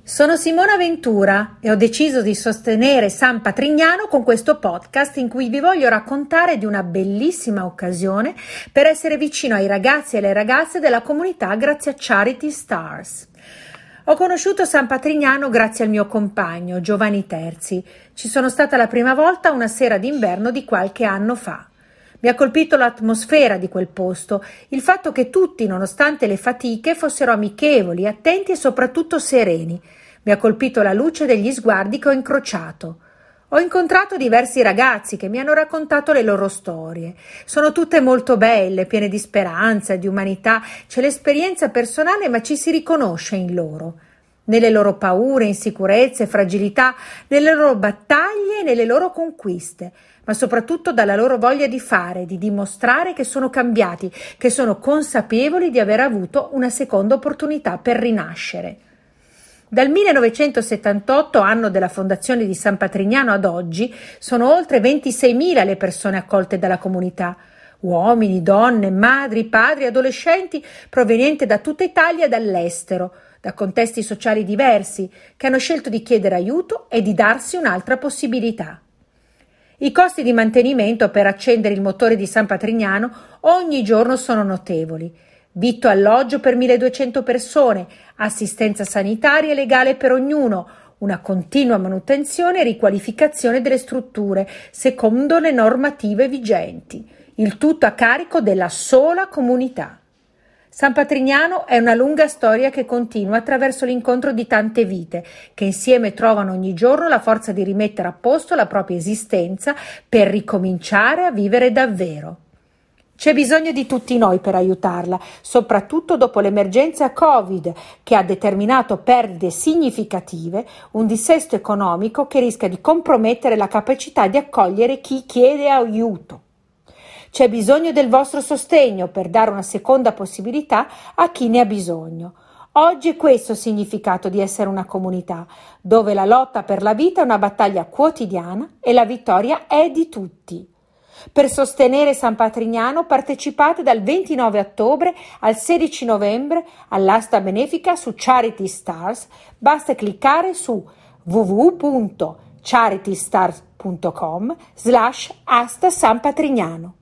Sono Simona Ventura e ho deciso di sostenere San Patrignano con questo podcast in cui vi voglio raccontare di una bellissima occasione per essere vicino ai ragazzi e alle ragazze della comunità grazie a Charity Stars. Ho conosciuto San Patrignano grazie al mio compagno Giovanni Terzi. Ci sono stata la prima volta una sera d'inverno di qualche anno fa. Mi ha colpito l'atmosfera di quel posto, il fatto che tutti, nonostante le fatiche, fossero amichevoli, attenti e soprattutto sereni. Mi ha colpito la luce degli sguardi che ho incrociato. Ho incontrato diversi ragazzi che mi hanno raccontato le loro storie. Sono tutte molto belle, piene di speranza, di umanità. C'è l'esperienza personale, ma ci si riconosce in loro. Nelle loro paure, insicurezze, fragilità, nelle loro battaglie e nelle loro conquiste, ma soprattutto dalla loro voglia di fare, di dimostrare che sono cambiati, che sono consapevoli di aver avuto una seconda opportunità per rinascere. Dal 1978, anno della fondazione di San Patrignano, ad oggi, sono oltre 26.000 le persone accolte dalla comunità. Uomini, donne, madri, padri, adolescenti, provenienti da tutta Italia e dall'estero, da contesti sociali diversi, che hanno scelto di chiedere aiuto e di darsi un'altra possibilità. I costi di mantenimento per accendere il motore di San Patrignano ogni giorno sono notevoli. Vitto alloggio per 1.200 persone, assistenza sanitaria legale per ognuno, una continua manutenzione e riqualificazione delle strutture secondo le normative vigenti, il tutto a carico della sola comunità. San Patrignano è una lunga storia che continua attraverso l'incontro di tante vite che insieme trovano ogni giorno la forza di rimettere a posto la propria esistenza per ricominciare a vivere davvero. C'è bisogno di tutti noi per aiutarla, soprattutto dopo l'emergenza Covid, che ha determinato perdite significative, un dissesto economico che rischia di compromettere la capacità di accogliere chi chiede aiuto. C'è bisogno del vostro sostegno per dare una seconda possibilità a chi ne ha bisogno. Oggi è questo il significato di essere una comunità, dove la lotta per la vita è una battaglia quotidiana e la vittoria è di tutti. Per sostenere San Patrignano partecipate dal 29 ottobre al 16 novembre all'asta benefica su Charity Stars. Basta cliccare su www.charitystars.com/asta San Patrignano.